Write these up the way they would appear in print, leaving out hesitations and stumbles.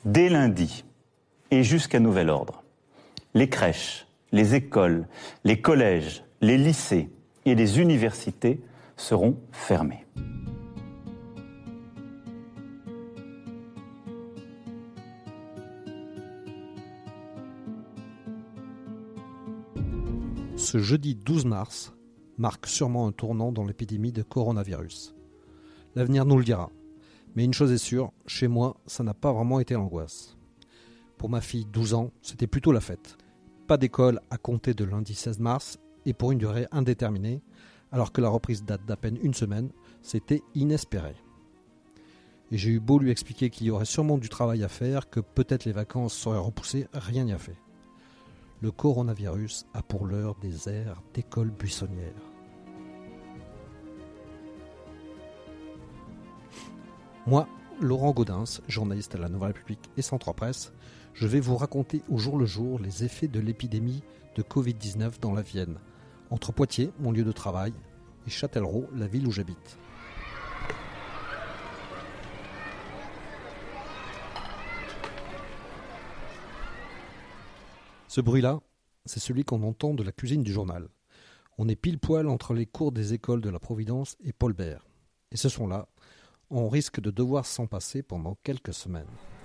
Dès lundi et jusqu'à nouvel ordre, les crèches, les écoles, les collèges, les lycées et les universités seront fermés. Ce jeudi 12 mars marque sûrement un tournant dans l'épidémie de coronavirus. L'avenir nous le dira. Mais une chose est sûre, chez moi, ça n'a pas vraiment été l'angoisse. Pour ma fille, 12 ans, c'était plutôt la fête. Pas d'école à compter de lundi 16 mars et pour une durée indéterminée, alors que la reprise date d'à peine une semaine, c'était inespéré. Et j'ai eu beau lui expliquer qu'il y aurait sûrement du travail à faire, que peut-être les vacances seraient repoussées, rien n'y a fait. Le coronavirus a pour l'heure des airs d'école buissonnière. Moi, Laurent Gaudens, journaliste à la Nouvelle République et Centre Presse, je vais vous raconter au jour le jour les effets de l'épidémie de Covid-19 dans la Vienne, entre Poitiers, mon lieu de travail, et Châtellerault, la ville où j'habite. Ce bruit-là, c'est celui qu'on entend de la cuisine du journal. On est pile poil entre les cours des écoles de la Providence et Paul Bert. Et ce son-là, on risque de devoir s'en passer pendant quelques semaines.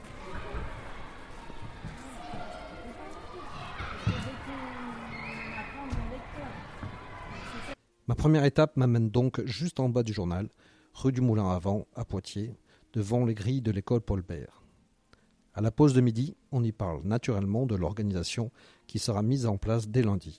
Ma première étape m'amène donc juste en bas du journal, rue du Moulin à Vent, à Poitiers, devant les grilles de l'école Paul Bert. À la pause de midi, on y parle naturellement de l'organisation qui sera mise en place dès lundi,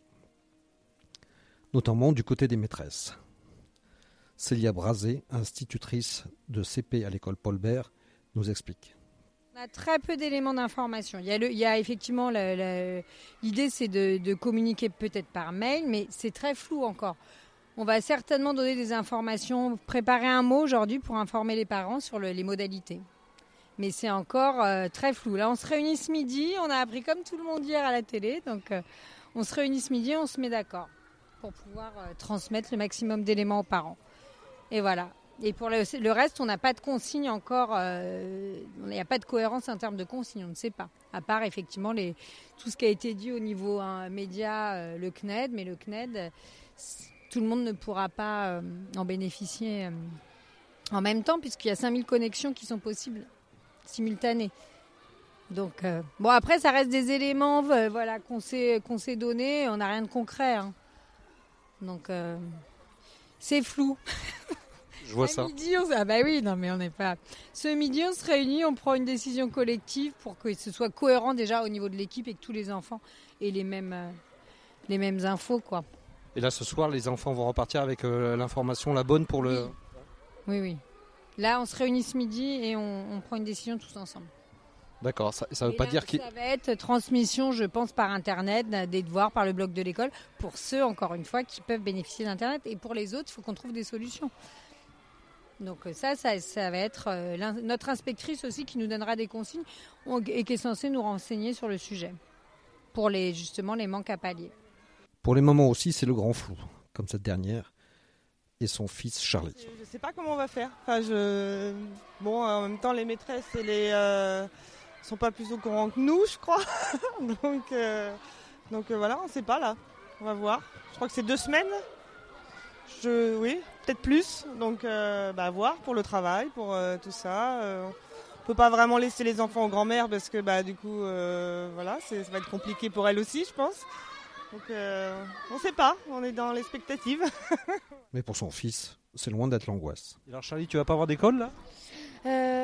notamment du côté des maîtresses. Célia Brazé, institutrice de CP à l'école Paul Bert, nous explique. On a très peu d'éléments d'information. Il y a effectivement l'idée, c'est de communiquer peut-être par mail, mais c'est très flou encore. On va certainement donner des informations, préparer un mot aujourd'hui pour informer les parents sur les modalités. Mais c'est encore très flou. Là, on se réunit ce midi, on a appris comme tout le monde hier à la télé, donc on se réunit ce midi, on se met d'accord pour pouvoir transmettre le maximum d'éléments aux parents. Et voilà. Et pour le reste, on n'a pas de consignes encore, il n'y a pas de cohérence en termes de consignes, on ne sait pas. À part effectivement tout ce qui a été dit au niveau média, le CNED, mais le CNED, tout le monde ne pourra pas en bénéficier en même temps, puisqu'il y a 5000 connexions qui sont possibles, simultanées. Donc, bon, après, ça reste des éléments voilà, qu'on s'est donnés, on n'a rien de concret. Hein. Donc, c'est flou. Je vois ça. Midi, bah oui, non, mais on n'est pas. Ce midi, on se réunit, on prend une décision collective pour que ce soit cohérent déjà au niveau de l'équipe et que tous les enfants aient les mêmes infos, quoi. Et là, ce soir, les enfants vont repartir avec l'information la bonne pour le... Oui. Là, on se réunit ce midi et on prend une décision tous ensemble. D'accord, ça ne veut pas dire qu'il... Ça va être transmission, je pense, par Internet, des devoirs, par le blog de l'école, pour ceux, encore une fois, qui peuvent bénéficier d'Internet. Et pour les autres, il faut qu'on trouve des solutions. Donc ça va être notre inspectrice aussi qui nous donnera des consignes et qui est censée nous renseigner sur le sujet, pour justement les manques à pallier. Pour les mamans aussi, c'est le grand flou, comme cette dernière et son fils Charlie. Je ne sais pas comment on va faire. Bon, en même temps, les maîtresses et sont pas plus au courant que nous, je crois. donc voilà, on ne sait pas là. On va voir. Je crois que c'est 2 semaines. Oui, peut-être plus. Donc voir pour le travail, pour tout ça. On peut pas vraiment laisser les enfants aux grand-mères parce que du coup, ça va être compliqué pour elles aussi, je pense. Donc on ne sait pas, on est dans l'expectative. Mais pour son fils, c'est loin d'être l'angoisse. Alors Charlie, tu vas pas avoir d'école là ?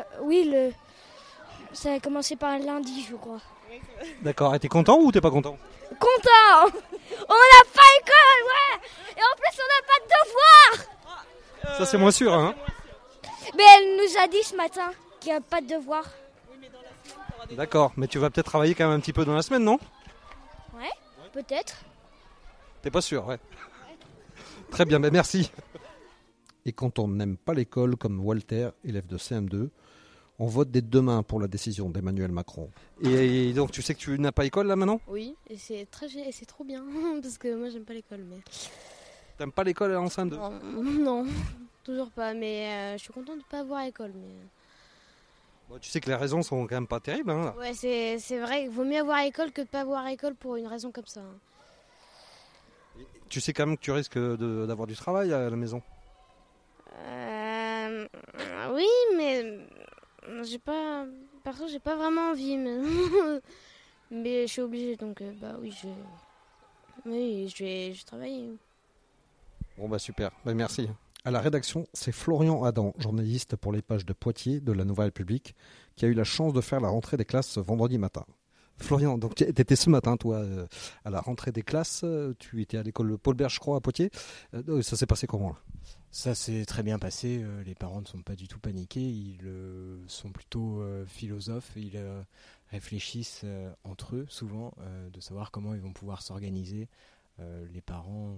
Oui, ça a commencé par lundi, je crois. D'accord, et t'es content ou t'es pas content ? Content. On n'a pas école, ouais. Et en plus, on n'a pas de devoirs. Ça, c'est moins sûr, hein. Mais elle nous a dit ce matin qu'il n'y a pas de devoirs. D'accord, mais tu vas peut-être travailler quand même un petit peu dans la semaine, non ? Ouais, peut-être. T'es pas sûr, ouais. Très bien, merci. Et quand on n'aime pas l'école comme Walter, élève de CM2, on vote dès demain pour la décision d'Emmanuel Macron. Et donc tu sais que tu n'as pas école là maintenant ? Oui, et c'est trop bien, parce que moi j'aime pas l'école. Mais... T'aimes pas l'école en CM2 ? Non, toujours pas, mais je suis contente de ne pas avoir école. Mais Bon, tu sais que les raisons sont quand même pas terribles. Hein. Ouais, c'est vrai, il vaut mieux avoir école que de pas avoir école pour une raison comme ça. Tu sais quand même que tu risques d'avoir du travail à la maison. Oui, mais perso, j'ai pas vraiment envie, mais, mais je suis obligée, donc bah oui, je vais travailler. Bon bah super, bah, merci. À la rédaction, c'est Florian Adam, journaliste pour les pages de Poitiers de la Nouvelle République, qui a eu la chance de faire la rentrée des classes vendredi matin. Florian, donc tu étais ce matin, toi, à la rentrée des classes, tu étais à l'école Paul Bert, je crois, à Poitiers. Ça s'est passé comment là? Ça s'est très bien passé, les parents ne sont pas du tout paniqués, ils sont plutôt philosophes, ils réfléchissent entre eux souvent de savoir comment ils vont pouvoir s'organiser. Les parents,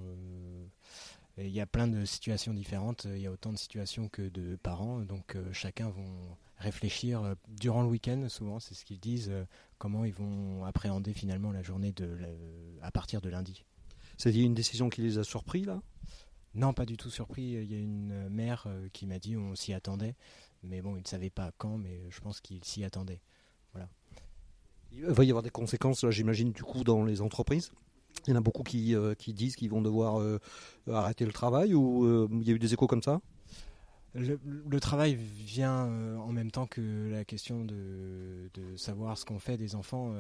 il y a plein de situations différentes, il y a autant de situations que de parents, donc chacun vont réfléchir durant le week-end, souvent c'est ce qu'ils disent, comment ils vont appréhender finalement la journée à partir de lundi. C'est une décision qui les a surpris là? Non, pas du tout surpris. Il y a une mère qui m'a dit on s'y attendait, mais bon, il ne savait pas quand, mais je pense qu'il s'y attendait. Voilà. Il va y avoir des conséquences, là, j'imagine, du coup, dans les entreprises. Il y en a beaucoup qui disent qu'ils vont devoir arrêter le travail, ou il y a eu des échos comme ça? Le travail vient en même temps que la question de savoir ce qu'on fait des enfants.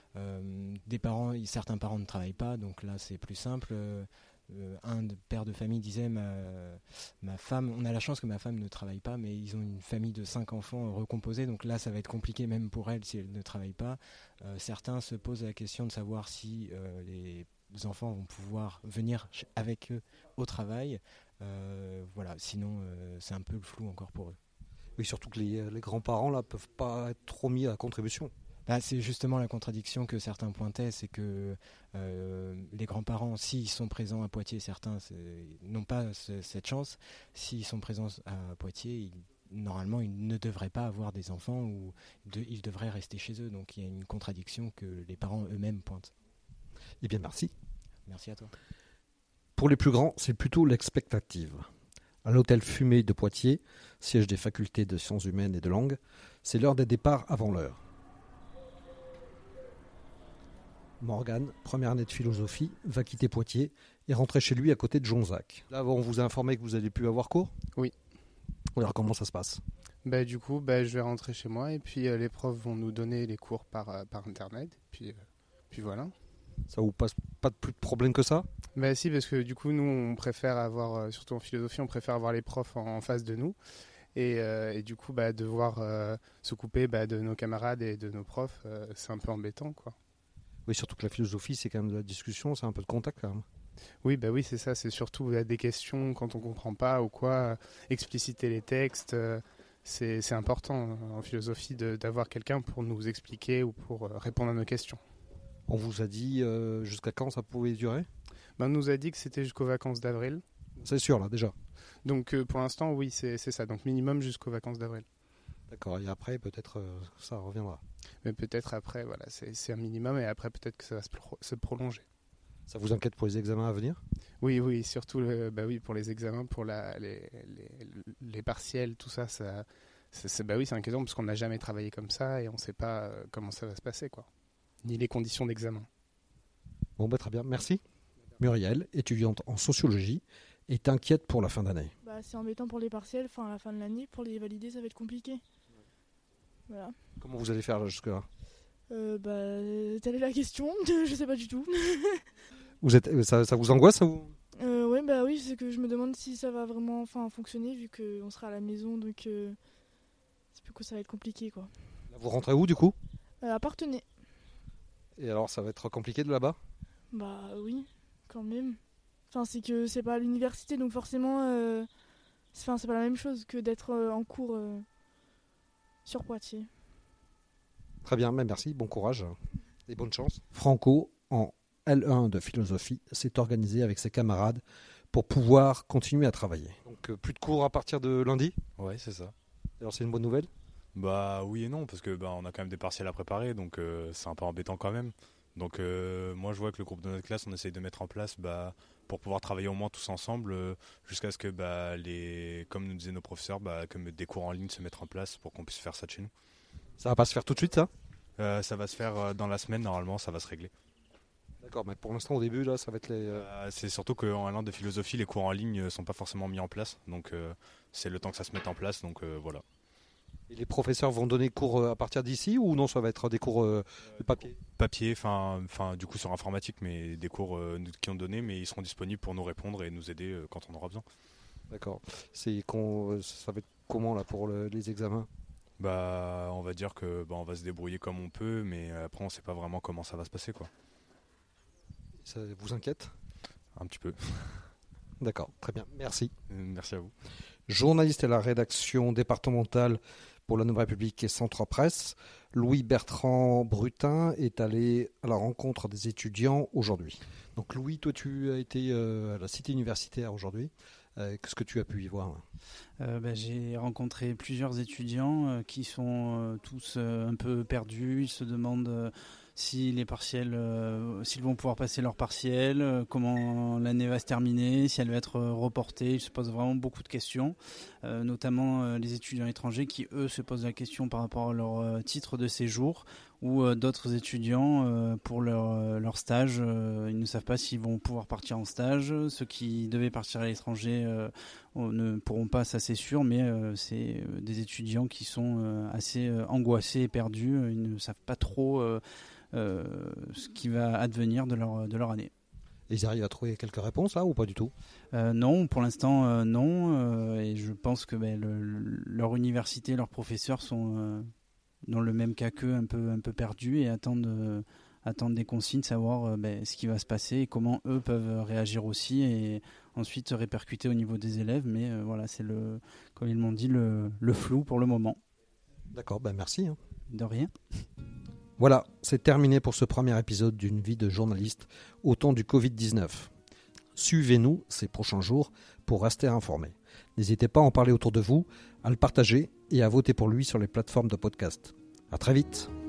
Certains parents ne travaillent pas, donc là c'est plus simple. Un père de famille disait ma femme, on a la chance que ma femme ne travaille pas, mais ils ont une famille de 5 enfants recomposés, donc là ça va être compliqué même pour elle si elle ne travaille pas. Certains se posent la question de savoir si les enfants vont pouvoir venir avec eux au travail. Voilà, sinon c'est un peu le flou encore pour eux. Oui, surtout que les grands-parents là peuvent pas être trop mis à contribution. C'est justement la contradiction que certains pointaient, c'est que les grands-parents, s'ils sont présents à Poitiers, certains n'ont pas cette chance. S'ils sont présents à Poitiers, normalement, ils ne devraient pas avoir des enfants ou ils devraient rester chez eux. Donc il y a une contradiction que les parents eux-mêmes pointent. Eh bien, merci. Merci à toi. Pour les plus grands, c'est plutôt l'expectative. À l'hôtel Fumé de Poitiers, siège des facultés de sciences humaines et de langue, c'est l'heure des départs avant l'heure. Morgane, première année de philosophie, va quitter Poitiers et rentrer chez lui à côté de Jonzac. Là, on vous a informé que vous allez plus avoir cours? Oui. Alors comment ça se passe? Du coup, je vais rentrer chez moi et puis les profs vont nous donner les cours par internet. Puis voilà. Ça vous pose pas plus de problème que ça? Si, parce que du coup, nous, on préfère avoir, surtout en philosophie, on préfère avoir les profs en face de nous. Et du coup, devoir se couper de nos camarades et de nos profs, c'est un peu embêtant, quoi. Oui, surtout que la philosophie, c'est quand même de la discussion, c'est un peu de contact quand même. Oui, oui, c'est ça, c'est surtout des questions quand on comprend pas ou quoi, expliciter les textes, c'est important en philosophie d'avoir quelqu'un pour nous expliquer ou pour répondre à nos questions. On vous a dit jusqu'à quand ça pouvait durer? On nous a dit que c'était jusqu'aux vacances d'avril. C'est sûr, là, déjà. Donc pour l'instant, oui, c'est ça, donc minimum jusqu'aux vacances d'avril. D'accord, et après, peut-être ça reviendra. Mais peut-être après, voilà, c'est un minimum, et après peut-être que ça va se prolonger. Ça vous inquiète pour les examens à venir? Oui, surtout oui, pour les examens, pour les partiels, tout ça, c'est inquiétant parce qu'on n'a jamais travaillé comme ça et on ne sait pas comment ça va se passer, quoi. Ni les conditions d'examen. Bon, très bien, merci. Muriel, étudiante en sociologie, est inquiète pour la fin d'année. C'est embêtant pour les partiels, à la fin de l'année, pour les valider, ça va être compliqué. Voilà. Comment vous allez faire jusque-là? Telle est la question, je sais pas du tout. Ça vous angoisse ou... Oui, c'est que je me demande si ça va vraiment fonctionner vu qu'on sera à la maison, donc c'est plus que ça va être compliqué, quoi. Là, vous rentrez où du coup? À Parthenay. Et alors ça va être compliqué de là-bas? Oui, quand même. C'est que c'est pas à l'université, donc forcément c'est pas la même chose que d'être en cours sur Poitiers. Très bien, merci, bon courage et bonne chance. Franco, en L1 de philosophie, s'est organisé avec ses camarades pour pouvoir continuer à travailler. Donc plus de cours à partir de lundi? Ouais, c'est ça. Alors c'est une bonne nouvelle? Oui et non, parce que on a quand même des partiels à préparer, donc c'est un peu embêtant quand même. Donc moi je vois que le groupe de notre classe, on essaye de mettre en place pour pouvoir travailler au moins tous ensemble jusqu'à ce que comme nous disaient nos professeurs, que des cours en ligne se mettent en place pour qu'on puisse faire ça de chez nous. Ça va pas se faire tout de suite, ça ? Ça va se faire dans la semaine, normalement, ça va se régler. D'accord, mais pour l'instant, au début, là, ça va être les... C'est surtout qu'en allant de philosophie, les cours en ligne ne sont pas forcément mis en place. Donc c'est le temps que ça se mette en place, donc voilà. Et les professeurs vont donner cours à partir d'ici ou non, ça va être des cours de papier ? Papier, enfin du coup sur informatique, mais des cours qui ont donné, mais ils seront disponibles pour nous répondre et nous aider quand on aura besoin. D'accord. Ça va être comment là pour les examens ? On va dire que on va se débrouiller comme on peut, mais après on sait pas vraiment comment ça va se passer, quoi. Ça vous inquiète ? Un petit peu. D'accord, très bien, merci. Merci à vous. Journaliste à la rédaction départementale pour la Nouvelle République et Centre Presse, Louis-Bertrand Brutin est allé à la rencontre des étudiants aujourd'hui. Donc Louis, toi tu as été à la cité universitaire aujourd'hui. Qu'est-ce que tu as pu y voir ? J'ai rencontré plusieurs étudiants qui sont tous un peu perdus. Ils se demandent si les partiels, s'ils vont pouvoir passer leurs partiels, comment l'année va se terminer, si elle va être reportée. Ils se posent vraiment beaucoup de questions, notamment les étudiants étrangers qui, eux, se posent la question par rapport à leur titre de séjour ou d'autres étudiants pour leur stage. Ils ne savent pas s'ils vont pouvoir partir en stage. Ceux qui devaient partir à l'étranger ne pourront pas, ça c'est sûr, mais c'est des étudiants qui sont assez angoissés et perdus. Ils ne savent pas trop ce qui va advenir de leur année. Ils arrivent à trouver quelques réponses là ou pas du tout ? Non, pour l'instant non. Et je pense que leur université, leurs professeurs sont dans le même cas qu'eux, un peu perdus et attendent des consignes, savoir ce qui va se passer et comment eux peuvent réagir aussi et ensuite répercuter au niveau des élèves. Mais voilà, c'est comme ils m'ont dit, le flou pour le moment. D'accord, merci. De rien. Voilà, c'est terminé pour ce premier épisode d'une vie de journaliste au temps du Covid-19. Suivez-nous ces prochains jours pour rester informés. N'hésitez pas à en parler autour de vous, à le partager et à voter pour lui sur les plateformes de podcast. À très vite.